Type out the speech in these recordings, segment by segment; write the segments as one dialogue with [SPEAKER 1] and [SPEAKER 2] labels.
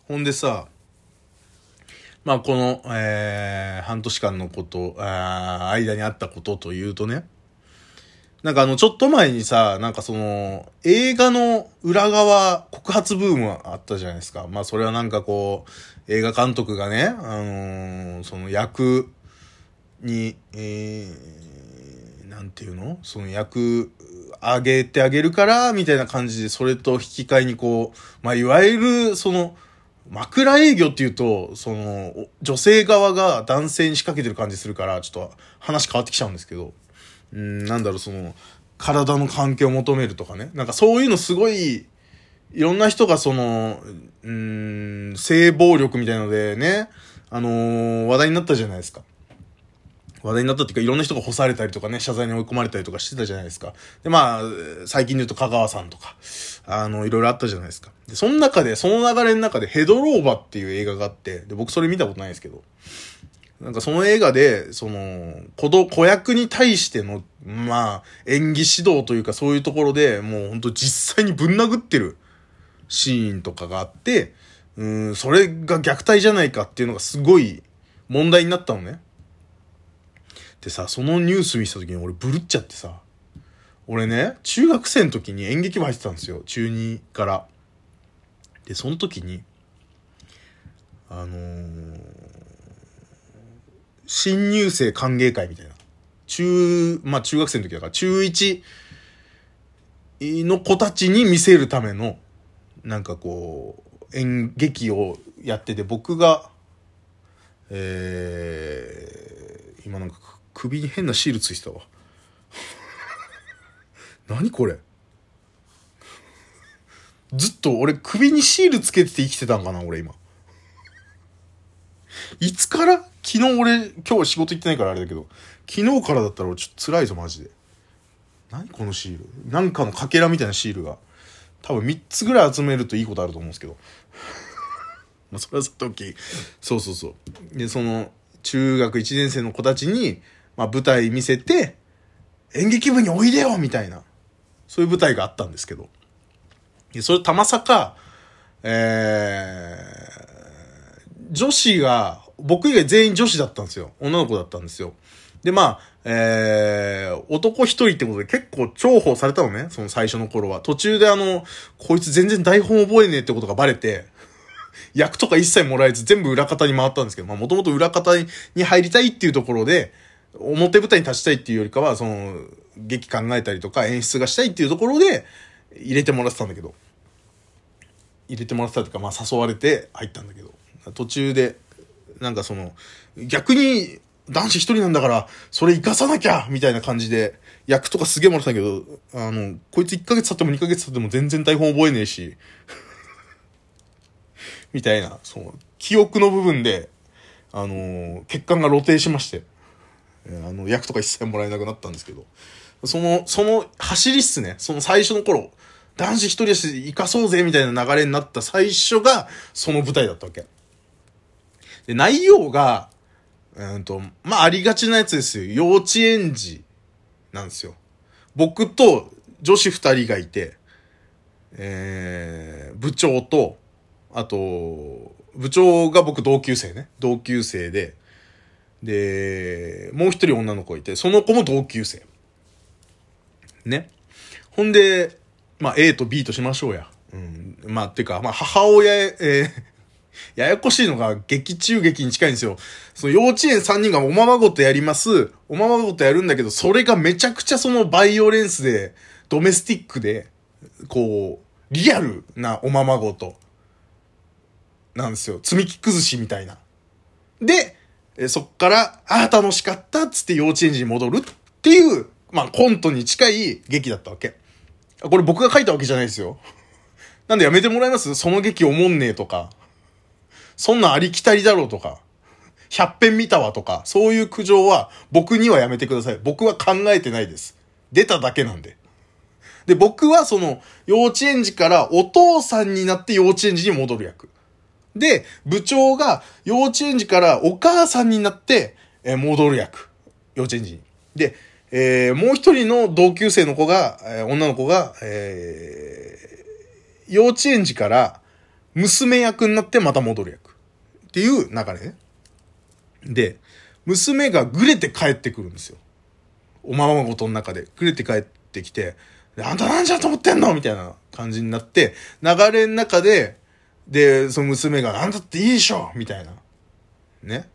[SPEAKER 1] ほんでさ、まあこの、半年間のこと、間にあったことというとね、なんかちょっと前にさ、なんかその、映画の裏側告発ブームあったじゃないですか。まあそれはなんかこう、映画監督がね、その役に、なんていうの？その役、上げてあげるから、みたいな感じで、それと引き換えにこう、まあいわゆる、その、枕営業っていうと、その、女性側が男性に仕掛けてる感じするから、ちょっと話変わってきちゃうんですけど、なんだろう、その、体の関係を求めるとかね。なんかそういうのすごい、いろんな人がその、性暴力みたいのでね、話題になったじゃないですか。話題になったっていうか、いろんな人が干されたりとかね、謝罪に追い込まれたりとかしてたじゃないですか。で、まあ、最近で言うと香川さんとか、いろいろあったじゃないですか。で、その中で、その流れの中でヘドローバっていう映画があって、で、僕それ見たことないですけど、なんかその映画で、その、子役に対しての、まあ、演技指導というかそういうところで、もうほんと実際にぶん殴ってるシーンとかがあって、それが虐待じゃないかっていうのがすごい問題になったのね。でさ、そのニュース見た時に俺ブルっちゃってさ、俺ね、中学生の時に演劇部入ってたんですよ。中2から。で、その時に、新入生歓迎会みたいな。中学生の時だから、中1の子たちに見せるための、なんかこう、演劇をやってて、僕が、今なんか首に変なシールついてたわ。何これ？ずっと俺首にシールつけてて生きてたんかな俺今。いつから？昨日今日仕事行ってないからあれだけど、昨日からだったら俺ちょっと辛いぞマジで。何このシール？なんかのかけらみたいなシールが。多分3つぐらい集めるといいことあると思うんですけど。まあそれはさておき。そうそうそう。で、その、中学1年生の子たちに、まあ舞台見せて、演劇部においでよみたいな。そういう舞台があったんですけど。で、それたまさか、女子が、僕以外全員女子だったんですよ。女の子だったんですよ。で、まあ、男一人ってことで結構重宝されたのね。その最初の頃は。途中でこいつ全然台本覚えねえってことがバレて、役とか一切もらえず全部裏方に回ったんですけど、まあもともと裏方に入りたいっていうところで、表舞台に立ちたいっていうよりかは、その、劇考えたりとか演出がしたいっていうところで入れてもらってたんだけど。入れてもらってたというか、まあ誘われて入ったんだけど。途中で、なんかその、逆に男子一人なんだから、それ活かさなきゃみたいな感じで、役とかすげえもらってたけど、こいつ1ヶ月経っても2ヶ月経っても全然台本覚えねえし、みたいな、その、記憶の部分で、血管が露呈しまして、役とか一切もらえなくなったんですけど、その走りっすね、その最初の頃、男子一人で生かそうぜみたいな流れになった最初が、その舞台だったわけ。で、内容が、まあ、ありがちなやつですよ。幼稚園児なんですよ。僕と女子二人がいて、部長と、あと、部長が僕同級生ね。同級生で、で、もう一人女の子いて、その子も同級生。ね。ほんで、まあ、A と B としましょうや。まあ、てか、まあ、母親、ややこしいのが劇中劇に近いんですよ。その幼稚園3人がおままごとやります。おままごとやるんだけど、それがめちゃくちゃそのバイオレンスで、ドメスティックで、こう、リアルなおままごと。なんですよ。積み木崩しみたいな。で、そっから、楽しかったっつって幼稚園児に戻るっていう、まあコントに近い劇だったわけ。これ僕が書いたわけじゃないですよ。なんでやめてもらえます？その劇おもんねえとか。そんなんありきたりだろうとか。100遍見たわとか。そういう苦情は僕にはやめてください。僕は考えてないです。出ただけなんで。で、僕はその幼稚園児からお父さんになって幼稚園児に戻る役。で、部長が幼稚園児からお母さんになって、戻る役。幼稚園児に。で、もう一人の同級生の子が、女の子が、幼稚園児から娘役になってまた戻る役。っていう流れね。で、娘がぐれて帰ってくるんですよ。おままごとの中で。ぐれて帰ってきて、あんたなんじゃと思ってんのみたいな感じになって、流れの中で、で、その娘が、なんだっていいでしょみたいな。ね。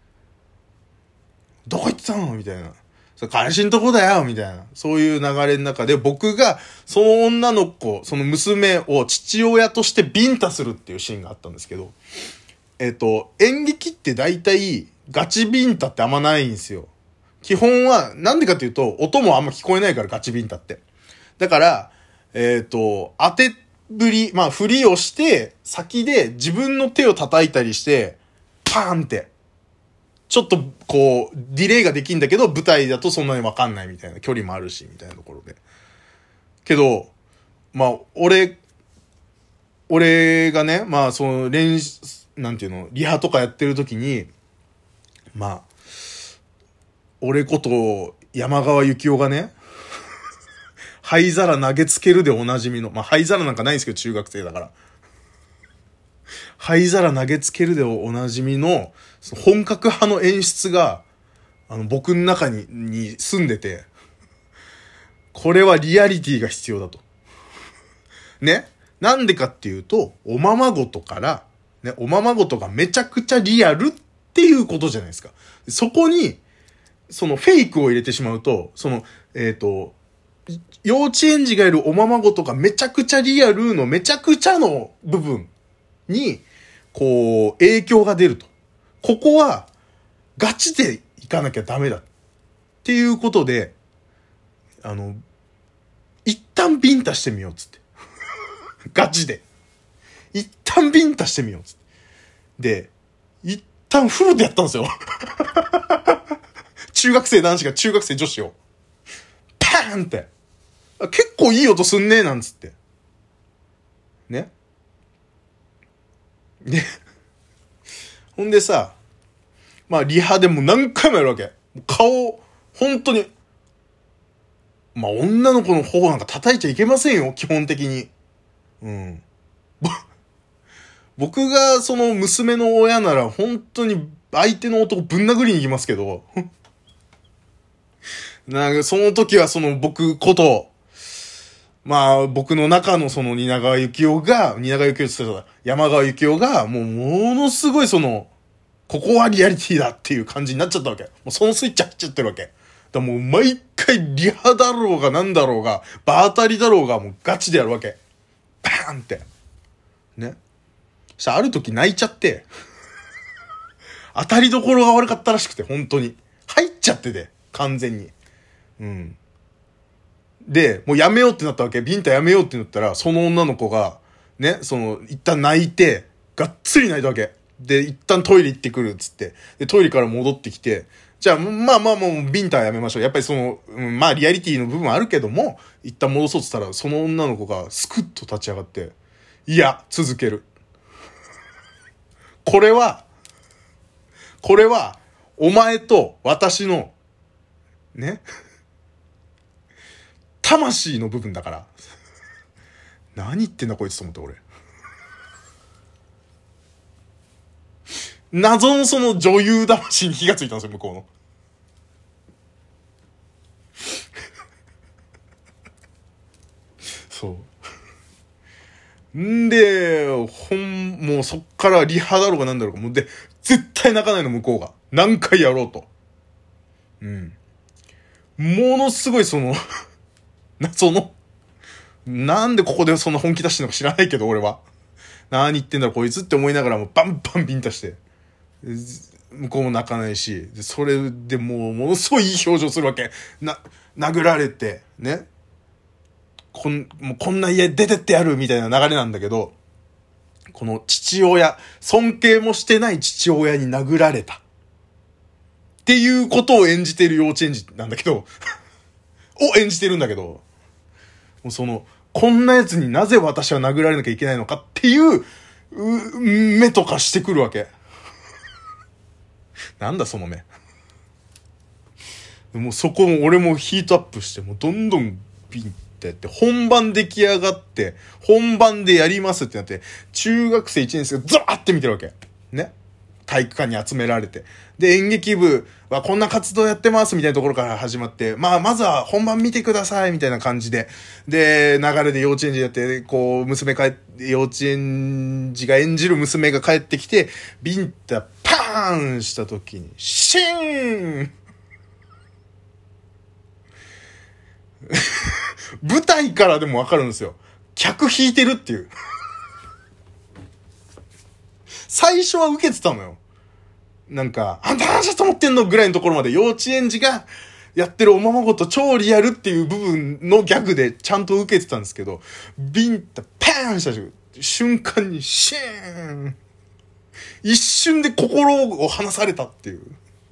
[SPEAKER 1] どこ行ってたのみたいな。彼氏んとこだよみたいな。そういう流れの中で僕が、その女の子、その娘を父親としてビンタするっていうシーンがあったんですけど、演劇って大体、ガチビンタってあんまないんですよ。基本は、なんでかっていうと、音もあんま聞こえないからガチビンタって。だから、当てぶり、まあ、振りをして、先で自分の手を叩いたりして、パーンって。ちょっと、こう、ディレイができんだけど、舞台だとそんなにわかんないみたいな、距離もあるし、みたいなところで。けど、まあ、俺がね、まあ、その、なんていうの、リハとかやってる時に、まあ、俺こと山川幸雄がね、灰皿投げつけるでおなじみの、まあ灰皿なんかないんですけど中学生だから。灰皿投げつけるでおなじみの、本格派の演出が、僕の中に住んでて、これはリアリティが必要だと。ね。なんでかっていうと、おままごとから、ね、おままごとがめちゃくちゃリアルっていうことじゃないですか。そこに、そのフェイクを入れてしまうと、その、幼稚園児がいるおままごとがめちゃくちゃリアルのめちゃくちゃの部分に、こう、影響が出ると。ここは、ガチでいかなきゃダメだ。っていうことで、一旦ビンタしてみようっつって。ガチで。一旦ビンタしてみようっつって。で、一旦フルでやったんですよ。中学生男子が中学生女子を。パーンって。結構いい音すんねえなんつって。ね。で、ほんでさ、まあリハでも何回もやるわけ。顔、本当に、まあ女の子の頬なんか叩いちゃいけませんよ、基本的に。うん。僕がその娘の親なら本当に相手の男ぶん殴りに行きますけど、なんかその時はその僕こと、まあ僕の中のその蜷川幸雄って言ってた山川幸雄がもうものすごいその、ここはリアリティだっていう感じになっちゃったわけ。もうそのスイッチ入っちゃってるわけ。だからもう毎回リハだろうがなんだろうが、場当たりだろうがもうガチでやるわけ。バーンって。ね。そしたらある時泣いちゃって、当たりどころが悪かったらしくて、本当に。入っちゃってて、完全に。うん。で、もうやめようってなったわけ。ビンタやめようってなったら、その女の子が、ね、一旦泣いて、がっつり泣いたわけ。で、一旦トイレ行ってくるっつって。で、トイレから戻ってきて、じゃあ、まあもうビンタはやめましょう。やっぱりまあリアリティの部分はあるけども、一旦戻そうって言ったら、その女の子がスクッと立ち上がって、いや、続ける。これは、お前と私の、ね、魂の部分だから。何言ってんだこいつと思って俺。謎のその女優魂に火がついたんですよ、向こうの。そう。んで、もうそっからリハだろうがなんだろうか。もうで、絶対泣かないの向こうが。何回やろうと。うん。ものすごいなんでここでそんな本気出してるのか知らないけど俺は。何言ってんだろこいつって思いながらもバンバンビンタして。向こうも泣かないし、それでもうものすごいいい表情するわけ。殴られて、ね。もうこんな家出てってやるみたいな流れなんだけど、この父親、尊敬もしてない父親に殴られた。っていうことを演じてる幼稚園児なんだけど、を演じてるんだけど、もうこんな奴になぜ私は殴られなきゃいけないのかっていう、目とかしてくるわけ。なんだその目。もうそこも俺もヒートアップして、もうどんどんってやって、本番出来上がって、本番でやりますってなって、中学生1年生がザーって見てるわけ。ね。体育館に集められて。で、演劇部はこんな活動やってますみたいなところから始まって、まずは本番見てくださいみたいな感じで、で、流れで幼稚園児やって、こう、幼稚園児が演じる娘が帰ってきて、ビンタパーンした時に、シーン舞台からでもわかるんですよ。客引いてるっていう。最初は受けてたのよ。なんか、あんた何だと思ってんのぐらいのところまで幼稚園児がやってるおままごと超リアルっていう部分のギャグでちゃんと受けてたんですけど、ビンタパーンした瞬間にシーン一瞬で心を離されたっていう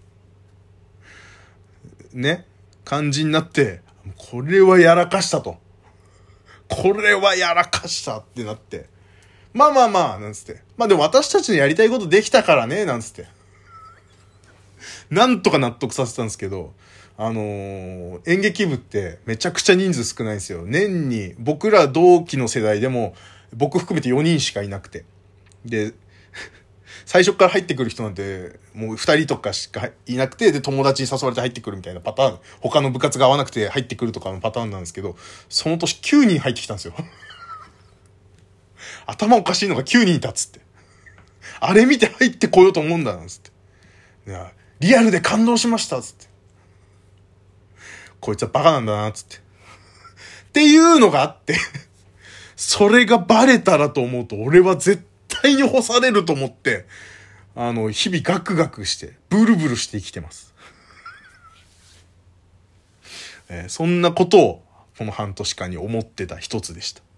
[SPEAKER 1] ね、感じになって、これはやらかしたと。これはやらかしたってなって。まあなんつって。でも私たちのやりたいことできたからね、なんつって。なんとか納得させたんですけど、演劇部ってめちゃくちゃ人数少ないんですよ。年に、僕ら同期の世代でも、僕含めて4人しかいなくて。で、最初から入ってくる人なんて、もう2人とかしかいなくて、で、友達に誘われて入ってくるみたいなパターン、他の部活が合わなくて入ってくるとかのパターンなんですけど、その年9人入ってきたんですよ。頭おかしいのが9人いたっつって。あれ見て入ってこようと思うんだなんつって。いや、リアルで感動しましたっつって。こいつはバカなんだなっつって。っていうのがあって、それがバレたらと思うと俺は絶対に干されると思って、日々ガクガクして、ブルブルして生きてます。そんなことをこの半年間に思ってた一つでした。